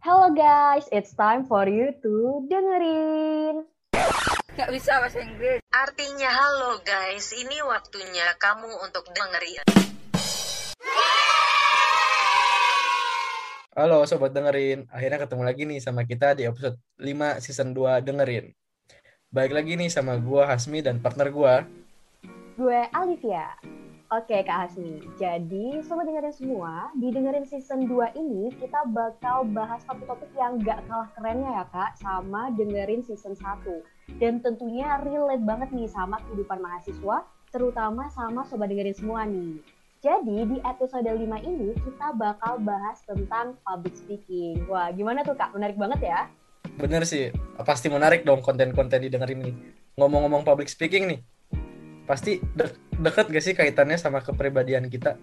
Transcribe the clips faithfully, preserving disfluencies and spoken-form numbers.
Hello guys, it's time for you to dengerin. Nggak bisa bahasa Inggris. Artinya halo guys, ini waktunya kamu untuk dengerin. Halo Sobat Dengerin, akhirnya ketemu lagi nih sama kita di episode lima season dua Dengerin. Baik lagi nih sama gua Hasmi dan partner gua. Gue Alivia. Oke Kak Hasmi, jadi sobat dengerin semua, di dengerin season dua ini kita bakal bahas topik-topik yang gak kalah kerennya ya Kak, sama dengerin season satu. Dan tentunya relate banget nih sama kehidupan mahasiswa, terutama sama sobat dengerin semua nih. Jadi di episode lima ini kita bakal bahas tentang public speaking. Wah gimana tuh Kak, menarik banget ya? Bener sih, pasti menarik dong konten-konten didengerin nih. Ngomong-ngomong public speaking nih, pasti de- deket gak sih kaitannya sama kepribadian kita?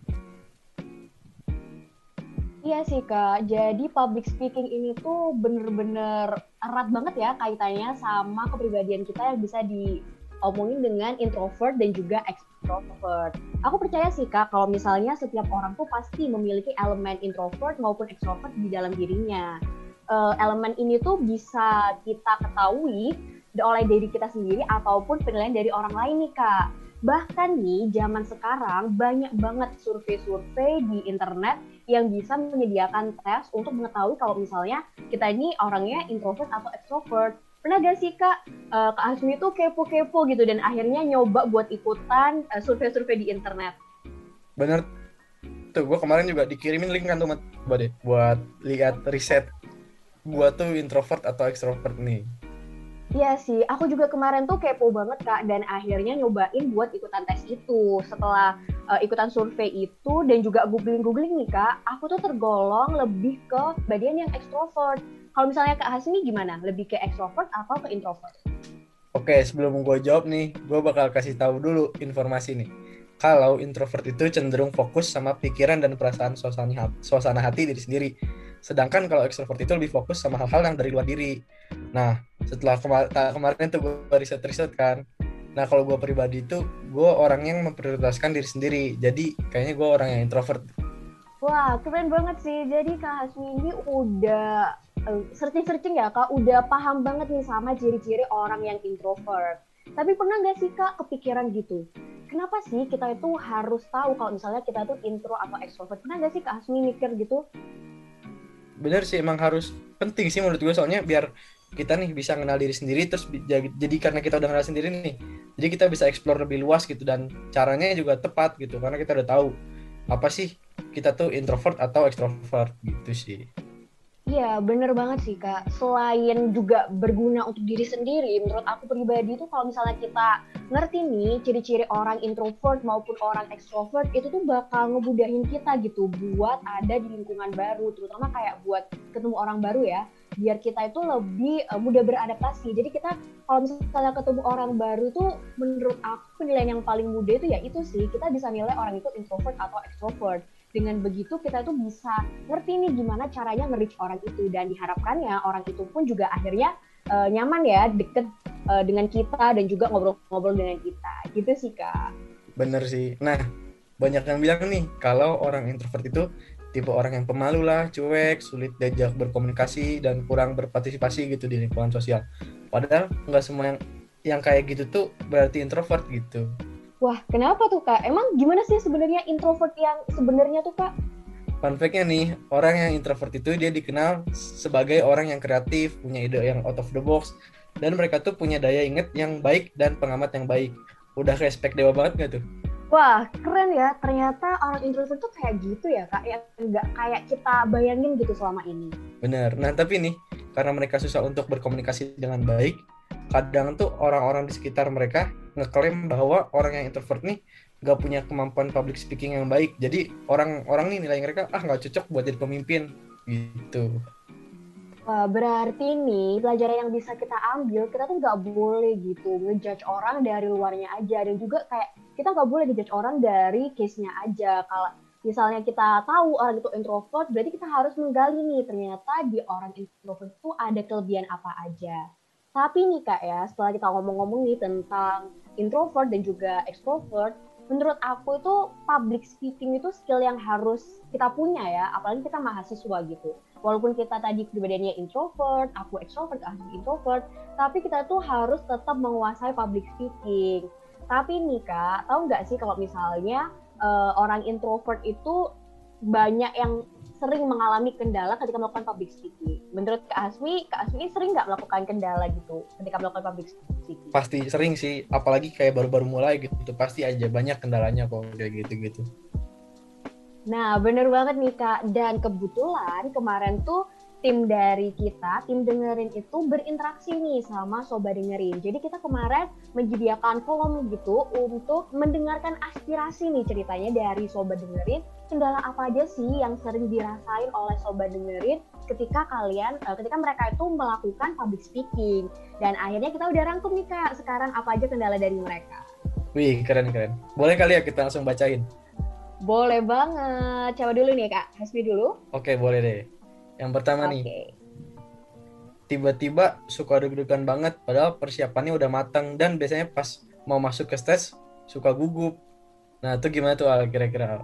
Iya sih Kak, jadi public speaking ini tuh bener-bener erat banget ya kaitannya sama kepribadian kita yang bisa diomongin dengan introvert dan juga extrovert. Aku percaya sih Kak, kalau misalnya setiap orang tuh pasti memiliki elemen introvert maupun extrovert di dalam dirinya. Uh, elemen ini tuh bisa kita ketahui oleh diri kita sendiri ataupun penilaian dari orang lain nih Kak. Bahkan nih zaman sekarang banyak banget survei-survei di internet yang bisa menyediakan tes untuk mengetahui kalau misalnya kita ini orangnya introvert atau extrovert. Pernah gak sih Kak, uh, Kak Hasmi tuh kepo-kepo gitu dan akhirnya nyoba buat ikutan uh, survei-survei di internet? Bener tuh, gue kemarin juga dikirimin link kan tuh buat deh, buat lihat riset gue tuh introvert atau extrovert nih. Iya sih, aku juga kemarin tuh kepo banget Kak, dan akhirnya nyobain buat ikutan tes itu. Setelah uh, ikutan survei itu dan juga googling-googling nih Kak, aku tuh tergolong lebih ke bagian yang extrovert. Kalau misalnya Kak Hasmi gimana? Lebih ke extrovert atau ke introvert? Oke, sebelum gue jawab nih, gue bakal kasih tahu dulu informasi nih. Kalau introvert itu cenderung fokus sama pikiran dan perasaan suasana, suasana hati diri sendiri. Sedangkan kalau extrovert itu lebih fokus sama hal-hal yang dari luar diri. Nah, setelah kemar- kemarin tuh gue riset-riset kan. Nah, kalau gue pribadi itu, gue orang yang memprioritaskan diri sendiri. Jadi, kayaknya gue orang yang introvert. Wah, keren banget sih. Jadi Kak Hasmi ini udah uh, searching-searching ya Kak, udah paham banget nih sama ciri-ciri orang yang introvert. Tapi pernah nggak sih Kak kepikiran gitu? Kenapa sih kita itu harus tahu kalau misalnya kita itu intro atau extrovert? Pernah nggak sih Kak Hasmi mikir gitu? Bener sih, emang harus penting sih menurut gue, soalnya biar kita nih bisa kenal diri sendiri, terus jadi, jadi karena kita udah kenal sendiri nih, jadi kita bisa explore lebih luas gitu, dan caranya juga tepat gitu, karena kita udah tahu apa sih kita tuh introvert atau extrovert gitu sih. Iya, bener banget sih Kak. Selain juga berguna untuk diri sendiri, menurut aku pribadi itu kalau misalnya kita ngerti nih ciri-ciri orang introvert maupun orang extrovert, itu tuh bakal ngebudahin kita gitu buat ada di lingkungan baru, terutama kayak buat ketemu orang baru ya, biar kita itu lebih uh, mudah beradaptasi. Jadi kita kalau misalnya ketemu orang baru tuh menurut aku penilaian yang paling mudah itu ya itu sih, kita bisa nilai orang itu introvert atau extrovert. Dengan begitu kita tuh bisa ngerti nih gimana caranya nge-reach orang itu, dan diharapkannya orang itu pun juga akhirnya uh, nyaman ya deket uh, dengan kita dan juga ngobrol-ngobrol dengan kita gitu sih Kak. Bener sih. Nah, banyak yang bilang nih kalau orang introvert itu tipe orang yang pemalu lah, cuek, sulit diajak berkomunikasi, dan kurang berpartisipasi gitu di lingkungan sosial. Padahal nggak semua yang yang kayak gitu tuh berarti introvert gitu. Wah, kenapa tuh Kak? Emang gimana sih sebenarnya introvert yang sebenarnya tuh Kak? Fun fact-nya nih, orang yang introvert itu dia dikenal sebagai orang yang kreatif, punya ide yang out of the box, dan mereka tuh punya daya ingat yang baik dan pengamat yang baik. Udah kayak spek dewa banget gak tuh? Wah, keren ya. Ternyata orang introvert tuh kayak gitu ya Kak, yang nggak kayak kita bayangin gitu selama ini. Bener. Nah, tapi nih, karena mereka susah untuk berkomunikasi dengan baik, kadang tuh orang-orang di sekitar mereka ngeklaim bahwa orang yang introvert nih gak punya kemampuan public speaking yang baik. Jadi orang-orang nih nilai mereka, ah gak cocok buat jadi pemimpin gitu. Wah, berarti nih pelajaran yang bisa kita ambil, kita tuh nggak boleh gitu ngejudge orang dari luarnya aja, dan juga kayak kita nggak boleh ngejudge orang dari case-nya aja. Kalau misalnya kita tahu orang itu introvert, berarti kita harus menggali nih ternyata di orang introvert itu ada kelebihan apa aja. Tapi nih Kak ya, setelah kita ngomong-ngomong nih tentang introvert dan juga extrovert, menurut aku itu public speaking itu skill yang harus kita punya ya, apalagi kita mahasiswa gitu. Walaupun kita tadi kepribadiannya introvert, aku extrovert, aku introvert, tapi kita tuh harus tetap menguasai public speaking. Tapi nih Kak, tahu nggak sih kalau misalnya uh, orang introvert itu banyak yang sering mengalami kendala ketika melakukan public speaking. Menurut Kak Hasmi, Kak Hasmi sering nggak melakukan kendala gitu ketika melakukan public speaking? Pasti sering sih, apalagi kayak baru-baru mulai gitu, pasti aja banyak kendalanya kok kayak gitu-gitu. Nah, bener banget nih Kak. Dan kebetulan kemarin tuh tim dari kita, tim dengerin itu berinteraksi nih sama Sobat Dengerin. Jadi kita kemarin menyediakan kolom gitu untuk mendengarkan aspirasi nih ceritanya dari Sobat Dengerin. Kendala apa aja sih yang sering dirasain oleh Sobat Dengerin ketika kalian, uh, ketika mereka itu melakukan public speaking. Dan akhirnya kita udah rangkum nih Kak, sekarang apa aja kendala dari mereka. Wih, keren-keren. Boleh kali ya kita langsung bacain? Boleh banget. Coba dulu nih Kak, Hasbi dulu. Oke, boleh deh. Yang pertama okay. nih, tiba-tiba suka deg-degan banget, padahal persiapannya udah matang, dan biasanya pas mau masuk ke stage suka gugup. Nah, itu gimana tuh Al, kira-kira?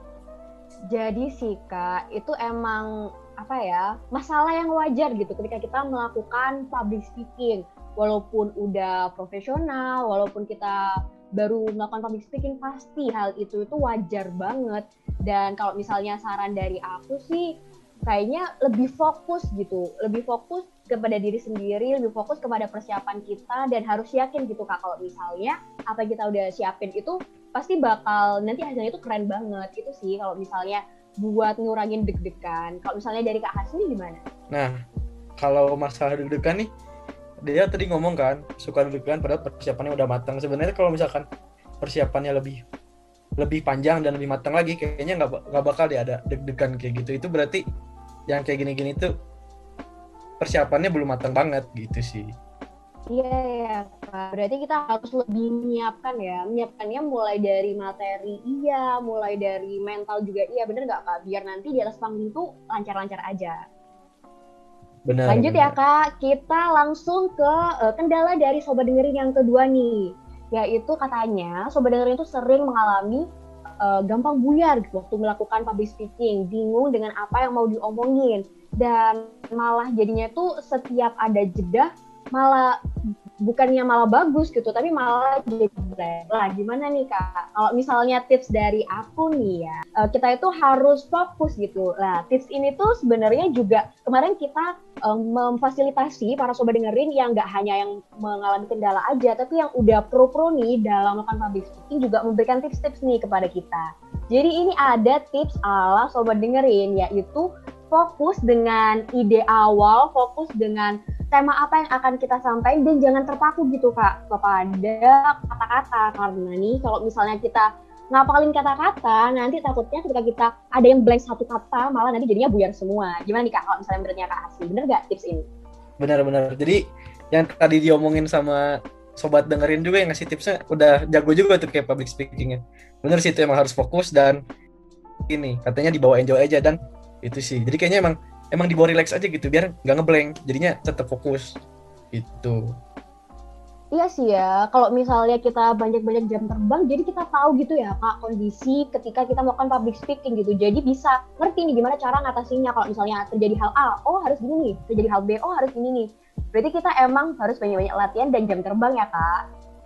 Jadi sih Kak, itu emang apa ya, masalah yang wajar gitu ketika kita melakukan public speaking. Walaupun udah profesional, walaupun kita baru melakukan public speaking, pasti hal itu itu wajar banget. Dan kalau misalnya saran dari aku sih, kayaknya lebih fokus gitu, lebih fokus kepada diri sendiri, lebih fokus kepada persiapan kita, dan harus yakin gitu Kak, kalau misalnya apa yang kita udah siapin itu pasti bakal nanti hasilnya itu keren banget. Itu sih kalau misalnya buat ngurangin deg-degan. Kalau misalnya dari Kak Hasmi gimana? Nah, kalau masalah deg-degan nih, dia tadi ngomong kan suka deg-degan padahal persiapannya udah matang. Sebenarnya kalau misalkan persiapannya lebih lebih panjang dan lebih matang lagi, kayaknya nggak nggak bakal deh ada deg-degan kayak gitu. Itu berarti yang kayak gini-gini tuh persiapannya belum matang banget gitu sih. Iya ya Kak, berarti kita harus lebih menyiapkan ya, menyiapkannya mulai dari materi iya, mulai dari mental juga iya, bener nggak Kak? Biar nanti di atas panggung tuh lancar-lancar aja. Benar. Lanjut benar. ya Kak, kita langsung ke uh, kendala dari Sobat Dengerin yang kedua nih, yaitu katanya Sobat Dengerin itu sering mengalami uh, gampang buyar gitu waktu melakukan public speaking, bingung dengan apa yang mau diomongin, dan malah jadinya tuh setiap ada jeda malah bukannya malah bagus gitu, tapi malah jadi blank. Lah gimana nih Kak? Kalau misalnya tips dari aku nih ya, uh, kita itu harus fokus gitu. Nah tips ini tuh sebenarnya juga kemarin kita um, memfasilitasi para Sobat Dengerin yang nggak hanya yang mengalami kendala aja, tapi yang udah pro-pro nih dalam melakukan public speaking juga memberikan tips-tips nih kepada kita. Jadi ini ada tips ala Sobat Dengerin, yaitu fokus dengan ide awal, fokus dengan tema apa yang akan kita sampaikan, dan jangan terpaku gitu Kak kepada kata-kata, karena nih kalau misalnya kita ngapalin kata-kata, nanti takutnya ketika kita ada yang blank satu kata malah nanti jadinya buyar semua. Gimana nih Kak kalau misalnya menurutnya Kak Asli, bener gak tips ini? Benar-benar. Jadi yang tadi diomongin sama Sobat Dengerin juga yang ngasih tipsnya udah jago juga tuh kayak public speakingnya. Bener sih, itu emang harus fokus dan ini katanya dibawa enjoy aja, dan itu sih. Jadi kayaknya emang emang dibawa relax aja gitu biar nggak ngeblank, jadinya tetap fokus gitu. Iya sih ya, kalau misalnya kita banyak-banyak jam terbang, jadi kita tahu gitu ya Kak kondisi ketika kita melakukan public speaking gitu, jadi bisa ngerti nih gimana cara ngatasinnya. Kalau misalnya terjadi hal A, oh harus gini nih, terjadi hal B, oh harus gini nih. Berarti kita emang harus banyak-banyak latihan dan jam terbang ya Kak.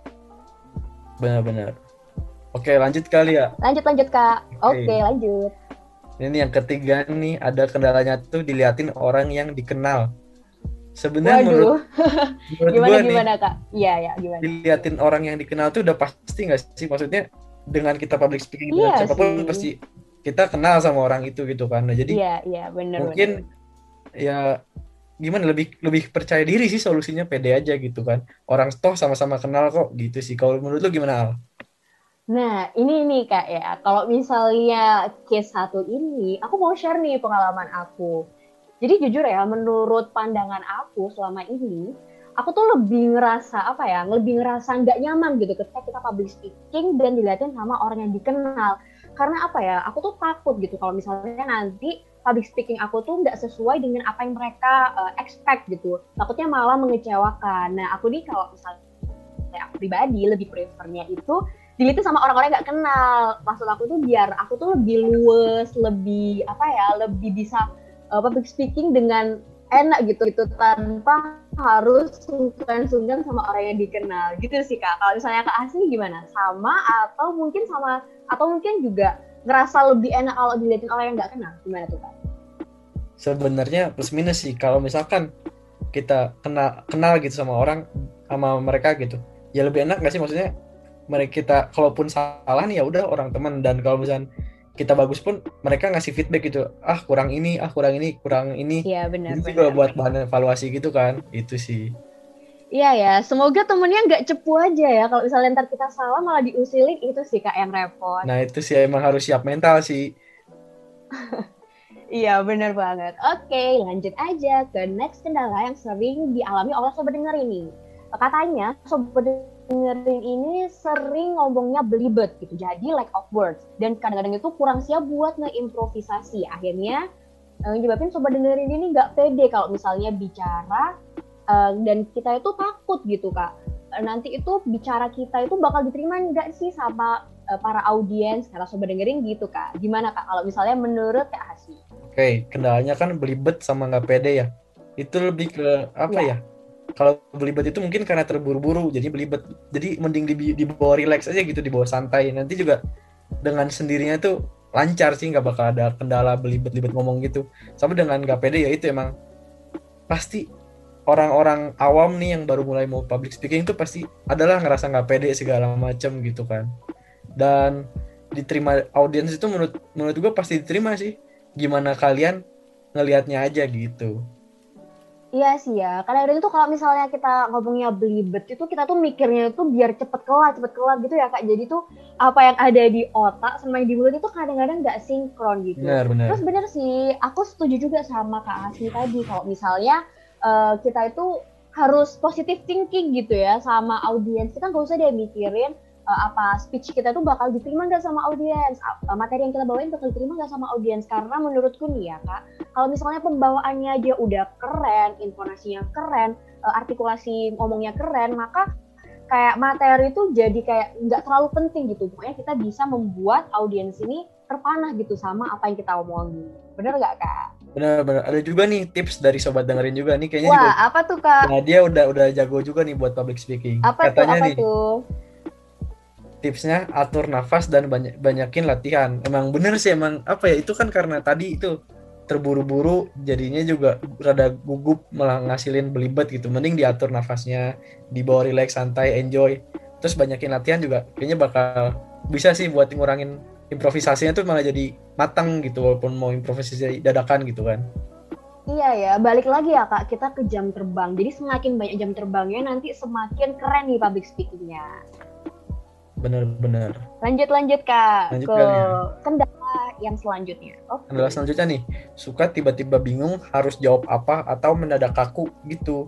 Benar-benar. Oke, lanjut kali ya. Lanjut-lanjut Kak. Oke, Oke, lanjut. Ini yang ketiga nih, ada kendalanya tuh diliatin orang yang dikenal. Sebenarnya menurut, menurut gimana gue gimana nih, Kak? Iya ya, gimana? diliatin orang yang dikenal tuh udah pasti nggak sih? Maksudnya dengan kita public speaking Iya dengan siapapun sih. pasti kita kenal sama orang itu gitu kan. Nah, jadi Iya, iya, benar mungkin benar. ya gimana, lebih lebih percaya diri sih, solusinya pede aja gitu kan. Orang toh sama-sama kenal kok gitu sih. Kalau menurut lu gimana Al? Nah, ini nih Kak ya, kalau misalnya case satu ini, aku mau share nih pengalaman aku. Jadi jujur ya, menurut pandangan aku selama ini, aku tuh lebih ngerasa apa ya, lebih ngerasa nggak nyaman gitu ketika kita public speaking dan dilihatin sama orang yang dikenal. Karena apa ya, aku tuh takut gitu kalau misalnya nanti public speaking aku tuh nggak sesuai dengan apa yang mereka uh, expect gitu. Takutnya malah mengecewakan. Nah, aku nih kalau misalnya aku pribadi lebih prefernya itu delete sama orang-orang yang nggak kenal. Maksud aku tuh biar aku tuh lebih luwes, lebih apa ya, lebih bisa uh, public speaking dengan enak gitu gitu tanpa harus sungkan-sungkan sama orang yang dikenal gitu sih Kak. Kalau misalnya Kak Asli gimana? Sama atau mungkin sama atau mungkin juga ngerasa lebih enak kalau dilihatin orang yang nggak kenal? Gimana tuh Kak? Sebenarnya plus minus sih. Kalau misalkan kita kenal kenal gitu sama orang, sama mereka gitu, ya lebih enak nggak sih, maksudnya mereka kita kalaupun salah nih ya udah orang teman, dan kalau misalnya kita bagus pun mereka ngasih feedback gitu, ah kurang ini, ah kurang ini, kurang ini. Iya benar. Itu juga buat bahan evaluasi gitu kan, itu sih. Iya ya, semoga temennya nggak cepu aja ya. Kalau misalnya ntar kita salah malah diusilin, itu sih Kak yang repot. Nah itu sih emang harus siap mental sih. Iya benar banget. Oke, lanjut aja ke next kendala yang sering dialami oleh sobat dengerin ini. Katanya sobat dengerin ini sering ngomongnya belibet gitu, jadi lack of words, dan kadang-kadang itu kurang siap buat ngeimprovisasi. Akhirnya uh, nyebabin sobat dengerin ini nggak pede kalau misalnya bicara, uh, dan kita itu takut gitu Kak. Uh, nanti itu bicara kita itu bakal diterima nggak sih sama uh, para audiens karena sobat dengerin gitu Kak. Gimana Kak kalau misalnya menurut Kak Hasi? Oke, kendalanya kan belibet sama nggak pede ya. Itu lebih ke apa ya? ya? Kalau belibet itu mungkin karena terburu-buru, jadi belibet. Jadi mending di, dibawa relax aja gitu, dibawa santai. Nanti juga dengan sendirinya tuh lancar sih, nggak bakal ada kendala belibet-libet ngomong gitu. Sama dengan nggak pede ya itu emang pasti orang-orang awam nih yang baru mulai mau public speaking itu pasti adalah ngerasa nggak pede segala macam gitu kan. Dan diterima audiens itu menurut menurut gue pasti diterima sih. Gimana kalian ngelihatnya aja gitu. Iya sih ya, kadang-kadang itu kalau misalnya kita ngomongnya belibet itu kita tuh mikirnya tuh biar cepet kelar, cepet kelar gitu ya Kak. Jadi tuh apa yang ada di otak sama yang di mulut itu kadang-kadang nggak sinkron gitu. Benar, benar. Terus bener sih, aku setuju juga sama Kak Hasmi tadi kalau misalnya uh, kita itu harus positive thinking gitu ya sama audiens. Kita nggak usah deh mikirin uh, apa speech kita tuh bakal diterima nggak sama audiens, uh, materi yang kita bawain bakal diterima nggak sama audiens. Karena menurutku nih ya Kak, kalau misalnya pembawaannya aja udah keren, intonasinya keren, uh, artikulasi ngomongnya keren, maka kayak materi itu jadi kayak nggak terlalu penting gitu. Pokoknya kita bisa membuat audiens ini terpanah gitu sama apa yang kita omongin. Bener nggak Kak? Bener-bener. Ada juga nih tips dari sobat dengerin juga nih kayaknya. Wah, juga. Apa tuh Kak? Nah dia udah udah jago juga nih buat public speaking. Apa Katanya tuh? Apa nih, tuh? tipsnya atur nafas dan banyak banyakin latihan. Emang bener sih, emang apa ya, itu kan karena tadi itu terburu-buru jadinya juga rada gugup malah ngasilin belibet gitu. Mending diatur nafasnya, dibawa relax, santai, enjoy. Terus banyakin latihan juga kayaknya bakal bisa sih buat ngurangin improvisasinya tuh malah jadi matang gitu, walaupun mau improvisasi dadakan gitu kan. Iya ya, balik lagi ya Kak, kita ke jam terbang. Jadi semakin banyak jam terbangnya nanti semakin keren nih public speaking-nya. Bener-bener. Lanjut-lanjut Kak, Lanjut ke ya. kendala yang selanjutnya. Oke. Kendala selanjutnya nih, suka tiba-tiba bingung harus jawab apa atau mendadak kaku gitu.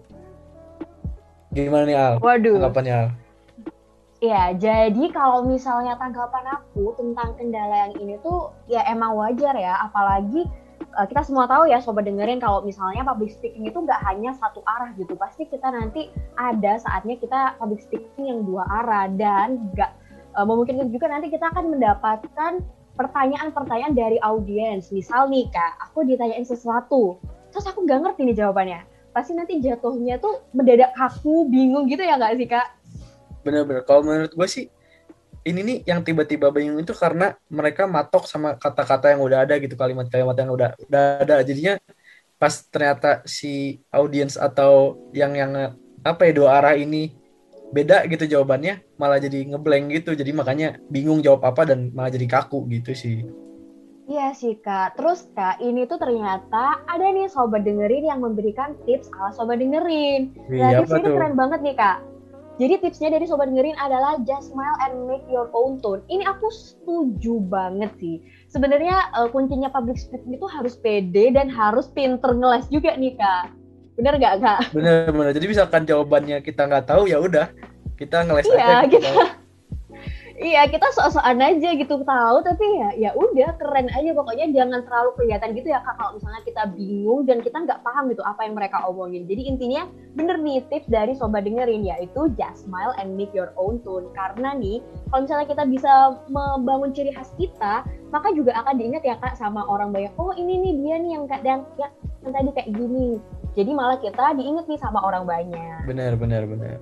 Gimana nih Al? Waduh. Tanggapannya Al? Ya, jadi kalau misalnya tanggapan aku tentang kendala yang ini tuh ya emang wajar ya, apalagi uh, kita semua tahu ya sobat dengerin kalau misalnya public speaking itu nggak hanya satu arah gitu, pasti kita nanti ada saatnya kita public speaking yang dua arah, dan nggak uh, memungkinkan juga nanti kita akan mendapatkan pertanyaan-pertanyaan dari audiens. Misal nih Kak, aku ditanyain sesuatu, terus aku nggak ngerti nih jawabannya, pasti nanti jatuhnya tuh mendadak kaku, bingung gitu ya nggak sih Kak? Bener-bener. Kalau menurut gue sih ini nih yang tiba-tiba bingung itu karena mereka matok sama kata-kata yang udah ada gitu, kalimat-kalimat yang udah udah ada. Jadinya pas ternyata si audiens atau yang yang apa ya dua arah ini beda gitu jawabannya, malah jadi ngeblank gitu. Jadi makanya bingung jawab apa dan malah jadi kaku gitu sih. Iya sih Kak. Terus Kak, ini tuh ternyata ada nih sobat dengerin yang memberikan tips ala sobat dengerin. Nah, tips ini keren banget nih Kak. Jadi tipsnya dari sobat dengerin adalah just smile and make your own tone. Ini aku setuju banget sih. Sebenarnya uh, kuncinya public speaking itu harus pede dan harus pinter ngeles juga nih Kak. Bener nggak Kak? Bener bener. Jadi misalkan jawabannya kita nggak tahu ya udah kita ngeles iya, aja. Gitu. Kita, Iya, kita sok-sokan aja gitu tahu, tapi ya ya udah keren aja pokoknya, jangan terlalu kelihatan gitu ya Kak kalau misalnya kita bingung dan kita nggak paham gitu apa yang mereka omongin. Jadi intinya bener nih tips dari Sobat Dengerin, yaitu just smile and make your own tone. Karena nih kalau misalnya kita bisa membangun ciri khas kita, maka juga akan diingat ya Kak sama orang banyak. Oh ini nih dia nih yang kadang ya yang tadi kayak gini. Jadi malah kita diingat nih sama orang banyak. Benar, benar, benar.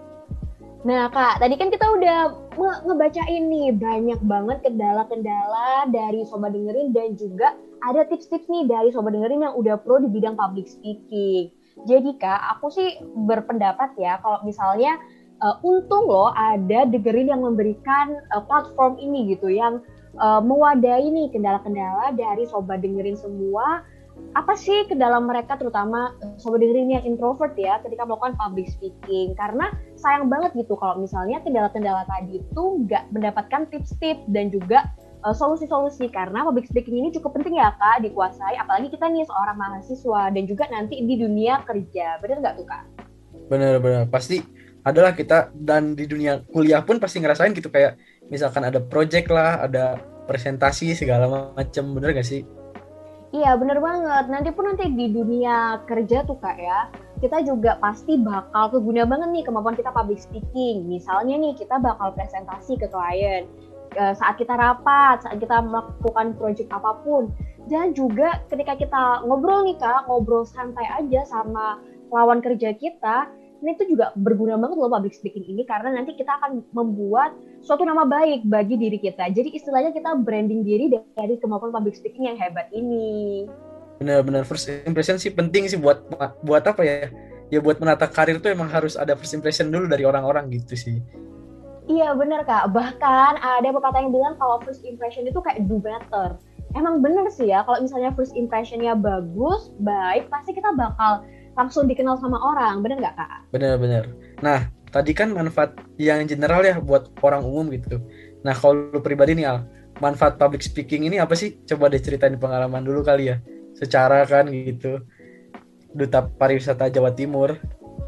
Nah Kak, tadi kan kita udah nge- ngebacain nih banyak banget kendala-kendala dari Sobat Dengerin dan juga ada tips-tips nih dari Sobat Dengerin yang udah pro di bidang public speaking. Jadi Kak, aku sih berpendapat ya kalau misalnya uh, untung loh ada Dengerin yang memberikan uh, platform ini gitu yang uh, mewadahi nih kendala-kendala dari Sobat Dengerin semua. Apa sih kendala mereka, terutama Sobat Dengerin yang introvert ya ketika melakukan public speaking, karena sayang banget gitu kalau misalnya kendala-kendala tadi itu nggak mendapatkan tips-tips dan juga uh, solusi-solusi, karena public speaking ini cukup penting ya Kak dikuasai, apalagi kita nih seorang mahasiswa dan juga nanti di dunia kerja. Bener nggak tuh Kak? Benar-benar pasti adalah kita, dan di dunia kuliah pun pasti ngerasain gitu, kayak misalkan ada project lah, ada presentasi segala macam, bener nggak sih? Iya bener banget, nanti pun nanti di dunia kerja tuh Kak ya, kita juga pasti bakal keguna banget nih kemampuan kita public speaking. Misalnya nih kita bakal presentasi ke klien, saat kita rapat, saat kita melakukan project apapun. Dan juga ketika kita ngobrol nih Kak, ngobrol santai aja sama lawan kerja kita, ini tuh juga berguna banget loh public speaking ini, karena nanti kita akan membuat suatu nama baik bagi diri kita. Jadi istilahnya kita branding diri dari kemampuan public speaking yang hebat ini. Benar-benar first impression sih penting sih buat buat apa ya? Ya buat menata karir tuh emang harus ada first impression dulu dari orang-orang gitu sih. Iya benar Kak, bahkan ada pepatah yang bilang kalau first impression itu kayak do better. Emang bener sih ya, kalau misalnya first impressionnya bagus, baik, pasti kita bakal langsung dikenal sama orang, bener nggak Kak? Bener-bener. Nah, tadi kan manfaat yang general ya buat orang umum gitu. Nah, kalau lu pribadi nih Al, manfaat public speaking ini apa sih? Coba deh ceritain pengalaman dulu kali ya. Secara kan gitu, Duta Pariwisata Jawa Timur.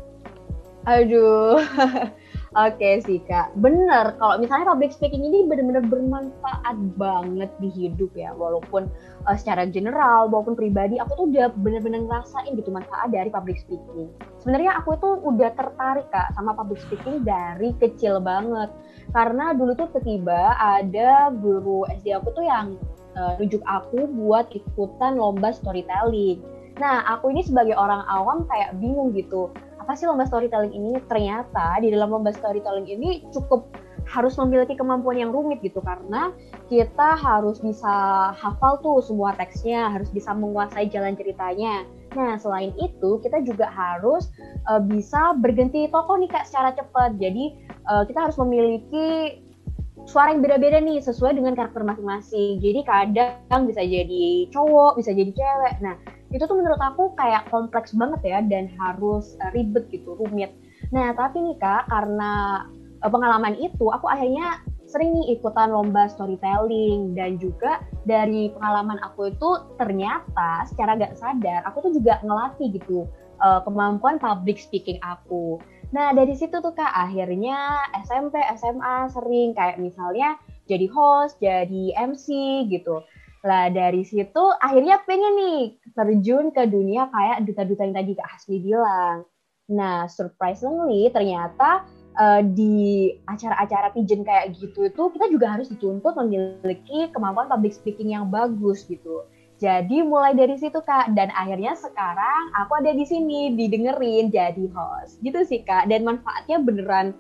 Aduh, oke sih Kak, bener kalau misalnya public speaking ini benar-benar bermanfaat banget di hidup ya, walaupun uh, secara general maupun pribadi aku tuh udah benar-benar ngerasain gitu manfaat dari public speaking. Sebenarnya aku tuh udah tertarik Kak sama public speaking dari kecil banget, karena dulu tuh tiba-tiba ada guru S D aku tuh yang uh, nunjuk aku buat ikutan lomba storytelling. Nah aku ini sebagai orang awam kayak bingung gitu, apa sih lomba storytelling ini? Ternyata di dalam lomba storytelling ini cukup harus memiliki kemampuan yang rumit gitu, karena kita harus bisa hafal tuh semua teksnya, harus bisa menguasai jalan ceritanya. Nah selain itu kita juga harus uh, bisa berganti tokoh nih Kak secara cepat. Jadi uh, kita harus memiliki suara yang beda-beda nih sesuai dengan karakter masing-masing. Jadi kadang bisa jadi cowok, bisa jadi cewek. Nah itu tuh menurut aku kayak kompleks banget ya dan harus uh, ribet gitu, rumit. Nah tapi nih Kak, karena uh, pengalaman itu aku akhirnya sering nih ikutan lomba storytelling, dan juga dari pengalaman aku itu ternyata secara gak sadar aku tuh juga ngelatih gitu uh, kemampuan public speaking aku. Nah dari situ tuh Kak akhirnya S M P, S M A sering kayak misalnya jadi host, jadi M C gitu. Lah dari situ akhirnya pengen nih terjun ke dunia kayak duta-duta yang tadi Kak Hasmi bilang. Nah surprisingly ternyata uh, di acara-acara pigeon kayak gitu itu kita juga harus dituntut memiliki kemampuan public speaking yang bagus gitu. Jadi mulai dari situ Kak, dan akhirnya sekarang aku ada di sini didengerin jadi host gitu sih Kak, dan manfaatnya beneran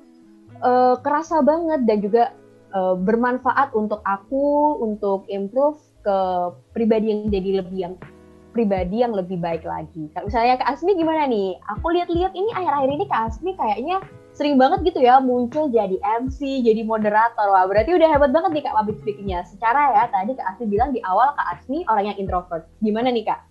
uh, kerasa banget dan juga uh, bermanfaat untuk aku untuk improve ke pribadi yang jadi lebih yang pribadi yang lebih baik lagi. Kalau misalnya Kak Asmi gimana nih? Aku lihat-lihat ini akhir-akhir ini Kak Asmi kayaknya sering banget gitu ya muncul jadi M C, jadi moderator. Wah berarti udah hebat banget nih Kak public speaking-nya. Secara ya tadi Kak Asmi bilang di awal Kak Asmi orang yang introvert. Gimana nih Kak?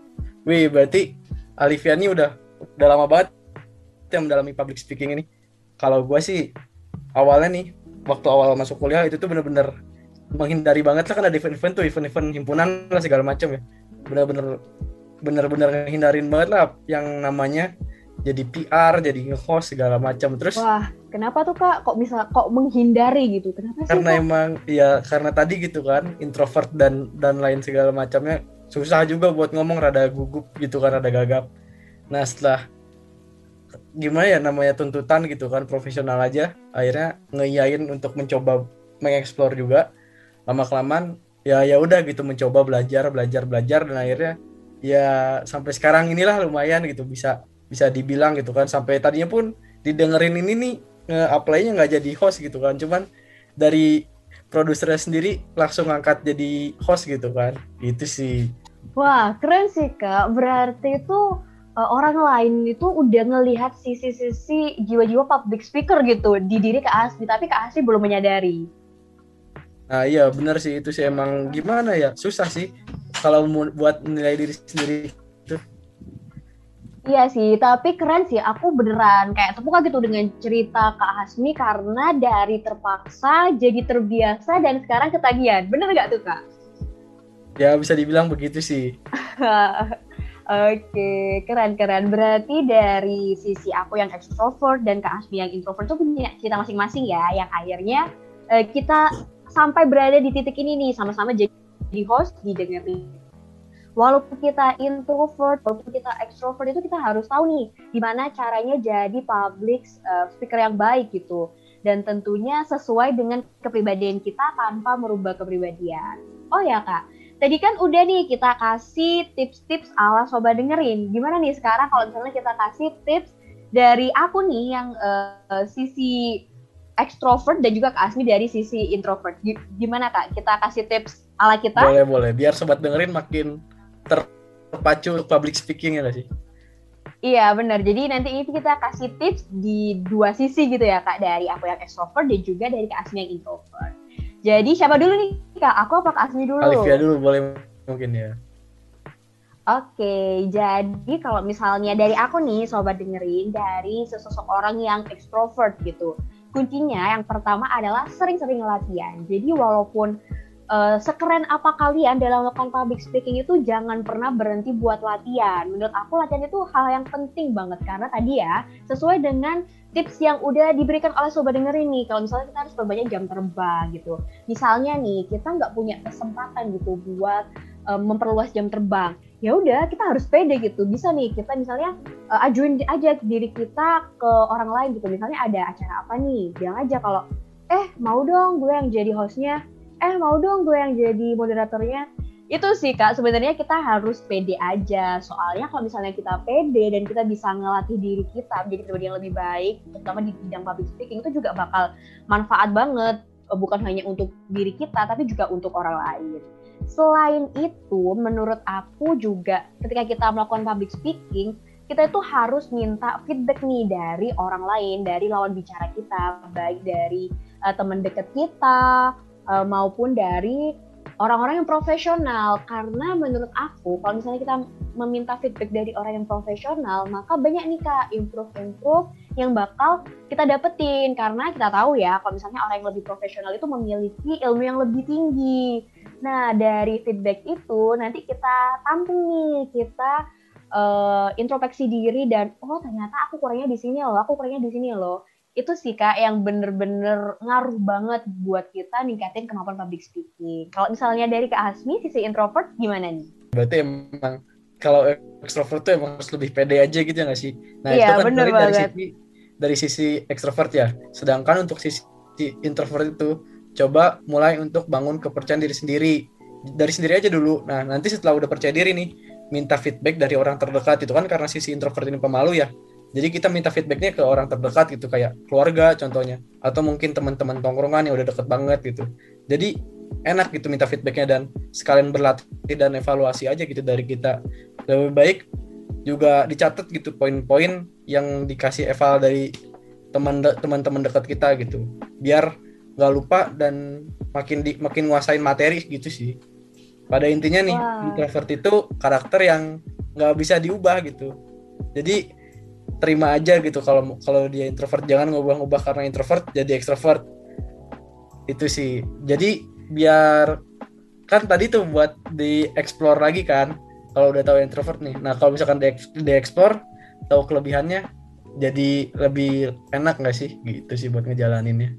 Wih berarti Alivia ini udah udah lama banget yang mendalami public speaking ini. Kalau gue sih awalnya nih waktu awal masuk kuliah itu tuh bener-bener menghindari banget lah, kan ada event-event tuh, event-event himpunan lah segala macam ya. Bener-bener bener-bener ngehindarin banget lah yang namanya jadi P R, jadi nge-host segala macam. Terus Wah, kenapa tuh Kak? Kok bisa kok menghindari gitu? Kenapa sih karena Kak? emang ya karena tadi gitu kan introvert dan dan lain segala macamnya susah juga buat ngomong, rada gugup gitu kan, rada gagap. Nah setelah gimana ya namanya tuntutan gitu kan profesional aja, akhirnya ngeiyain untuk mencoba mengeksplor juga. Lama kelamaan ya ya udah gitu mencoba belajar belajar belajar dan akhirnya ya sampai sekarang inilah lumayan gitu bisa bisa dibilang gitu kan, sampai tadinya pun didengerin ini nih nge-apply-nya nggak jadi host gitu kan, cuman dari produsernya sendiri langsung ngangkat jadi host gitu kan, itu sih. Wah, keren sih Kak. Berarti itu uh, orang lain itu udah ngelihat sisi-sisi jiwa-jiwa public speaker gitu di diri Kak Asmi, tapi Kak Asmi belum menyadari. Nah iya benar sih, itu sih emang gimana ya, susah sih kalau mau buat nilai diri sendiri itu. Iya sih, tapi keren sih. Aku beneran kayak terpukau gitu dengan cerita Kak Hasmi karena dari terpaksa jadi terbiasa dan sekarang ketagihan. Bener nggak tuh Kak? Ya bisa dibilang begitu sih. Oke, keren-keren. Berarti dari sisi aku yang extrovert dan Kak Hasmi yang introvert tuh punya cerita masing-masing ya, yang akhirnya eh, kita sampai berada di titik ini nih, sama-sama jadi host, didengerin. Walaupun kita introvert, walaupun kita extrovert, itu kita harus tahu nih gimana caranya jadi public uh, speaker yang baik gitu. Dan tentunya sesuai dengan kepribadian kita tanpa merubah kepribadian. Oh ya Kak, tadi kan udah nih kita kasih tips-tips ala sobat dengerin. Gimana nih sekarang kalau misalnya kita kasih tips dari aku nih yang uh, sisi extrovert dan juga Kak Asmi dari sisi introvert. Gimana Kak? Kita kasih tips ala kita? Boleh, boleh. Biar sobat dengerin makin terpacu untuk public speaking ya nggak sih? Iya benar. Jadi nanti ini kita kasih tips di dua sisi gitu ya Kak, dari aku yang extrovert dan juga dari Kak Asmi yang introvert. Jadi siapa dulu nih Kak? Aku apa Kak Asmi dulu? Alivia dulu boleh mungkin ya. Oke, jadi kalau misalnya dari aku nih sobat dengerin, dari sesosok orang yang extrovert gitu, kuncinya yang pertama adalah sering-sering latihan. Jadi walaupun Uh, sekeren apa kalian dalam melakukan public speaking itu jangan pernah berhenti buat latihan. Menurut aku latihan itu hal yang penting banget karena tadi ya sesuai dengan tips yang udah diberikan oleh sobat dengerin nih. Kalau misalnya kita harus perbanyak jam terbang gitu. Misalnya nih kita nggak punya kesempatan gitu buat uh, memperluas jam terbang. Ya udah kita harus pede gitu. Bisa nih kita misalnya uh, ajuin aja diri kita ke orang lain gitu. Misalnya ada acara apa nih, bilang aja kalau eh mau dong gue yang jadi hostnya. eh mau dong gue yang jadi moderatornya. Itu sih Kak, sebenarnya kita harus pede aja. Soalnya kalau misalnya kita pede dan kita bisa ngelatih diri kita menjadi pribadi yang lebih baik, terutama di bidang public speaking, itu juga bakal manfaat banget. Bukan hanya untuk diri kita, tapi juga untuk orang lain. Selain itu, menurut aku juga ketika kita melakukan public speaking, kita itu harus minta feedback nih dari orang lain, dari lawan bicara kita, baik dari uh, teman dekat kita, Uh, maupun dari orang-orang yang profesional. Karena menurut aku kalau misalnya kita meminta feedback dari orang yang profesional, maka banyak nih Kak improve-improve yang bakal kita dapetin. Karena kita tahu ya kalau misalnya orang yang lebih profesional itu memiliki ilmu yang lebih tinggi. Nah dari feedback itu nanti kita tampung nih, kita uh, introspeksi diri dan oh ternyata aku kurangnya di sini loh, aku kurangnya di sini loh. Itu sih Kak yang bener-bener ngaruh banget buat kita ningkatin kemampuan public speaking. Kalau misalnya dari Kak Hasmi, sisi introvert gimana nih? Berarti emang kalau extrovert tuh emang harus lebih pede aja gitu ya nggak sih? Nah iya, itu kan dari, dari sisi dari sisi extrovert ya. Sedangkan untuk sisi introvert itu coba mulai untuk bangun kepercayaan diri sendiri. Dari sendiri aja dulu. Nah nanti setelah udah percaya diri nih, minta feedback dari orang terdekat. Itu kan karena sisi introvert ini pemalu ya. Jadi kita minta feedbacknya ke orang terdekat gitu, kayak keluarga contohnya, atau mungkin teman-teman tongkrongan yang udah deket banget gitu. Jadi enak gitu minta feedbacknya dan sekalian berlatih dan evaluasi aja gitu dari kita. Lebih baik juga dicatat gitu poin-poin yang dikasih eval dari teman teman-teman dekat kita gitu, biar nggak lupa dan makin di, makin nguasain materi gitu sih. Pada intinya nih, wow. Introvert itu karakter yang nggak bisa diubah gitu. Jadi terima aja gitu kalau kalau dia introvert, jangan ngubah-ngubah karena introvert jadi extrovert. Itu sih. Jadi biar kan tadi tuh buat di explore lagi kan kalau udah tahu introvert nih. Nah, kalau misalkan di, di explore tahu kelebihannya, jadi lebih enak nggak sih gitu sih buat ngejalaninnya.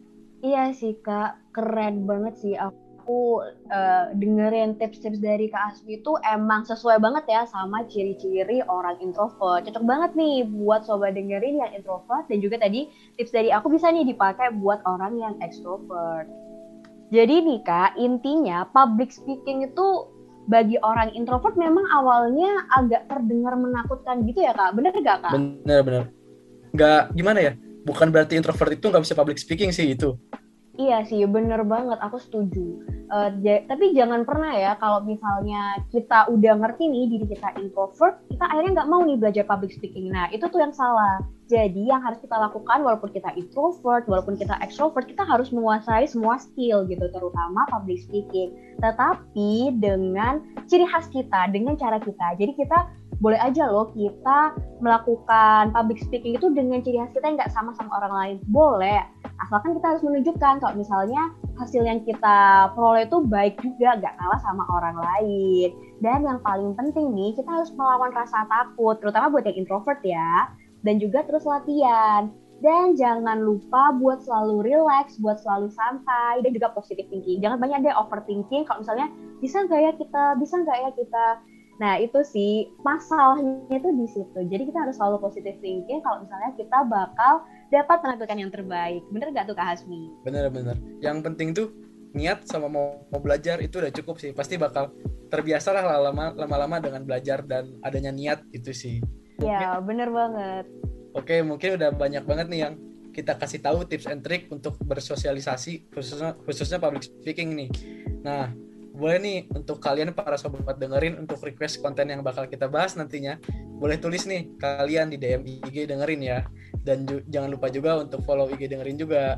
Iya sih Kak, keren banget sih. Aku uh, dengerin tips-tips dari Kak Asmi itu emang sesuai banget ya sama ciri-ciri orang introvert. Cocok banget nih buat sobat dengerin yang introvert, dan juga tadi tips dari aku bisa nih dipakai buat orang yang extrovert. Jadi nih Kak, intinya public speaking itu bagi orang introvert memang awalnya agak terdengar menakutkan gitu ya Kak. Bener gak Kak? Bener-bener. Nggak, gimana ya? Bukan berarti introvert itu nggak bisa public speaking sih itu. Iya sih, bener banget, aku setuju. Uh, j- tapi jangan pernah ya kalau misalnya kita udah ngerti nih diri kita introvert, kita akhirnya nggak mau nih belajar public speaking. Nah, itu tuh yang salah. Jadi yang harus kita lakukan walaupun kita introvert, walaupun kita extrovert, kita harus menguasai semua skill gitu, terutama public speaking. Tetapi dengan ciri khas kita, dengan cara kita. Jadi kita boleh aja loh kita melakukan public speaking itu dengan ciri khas kita yang nggak sama sama orang lain. Boleh, asalkan kita harus menunjukkan kalau misalnya hasil yang kita peroleh itu baik juga, nggak kalah sama orang lain. Dan yang paling penting nih, kita harus melawan rasa takut, terutama buat yang introvert ya. Dan juga terus latihan. Dan jangan lupa buat selalu relax, buat selalu santai, dan juga positive thinking. Jangan banyak deh overthinking kalau misalnya bisa nggak ya kita, bisa nggak ya kita. Nah itu sih masalahnya itu di situ. Jadi kita harus selalu positive thinking kalau misalnya kita bakal dapat menampilkan yang terbaik. Bener gak tuh Kak Hasmi? Bener-bener. Yang penting tuh niat sama mau, mau belajar itu udah cukup sih. Pasti bakal terbiasa lah lama, lama-lama dengan belajar dan adanya niat itu sih. Ya bener banget. Oke, mungkin udah banyak banget nih yang kita kasih tahu tips and trick untuk bersosialisasi, khususnya, khususnya public speaking nih. Nah, boleh nih untuk kalian para sobat dengerin untuk request konten yang bakal kita bahas nantinya, boleh tulis nih kalian di D M I G dengerin ya. Dan ju- jangan lupa juga untuk follow I G dengerin juga.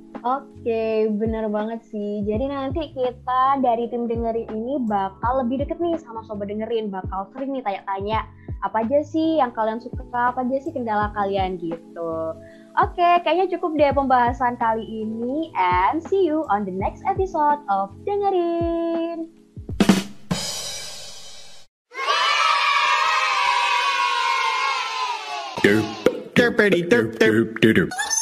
Oke, bener banget sih. Jadi nanti kita dari tim dengerin ini bakal lebih deket nih sama sobat dengerin. Bakal sering nih tanya-tanya, apa aja sih yang kalian suka, apa aja sih kendala kalian gitu. Oke, kayaknya cukup deh pembahasan kali ini. And see you on the next episode of Dengerin. Derp, derp, derp, derp, derp, derp.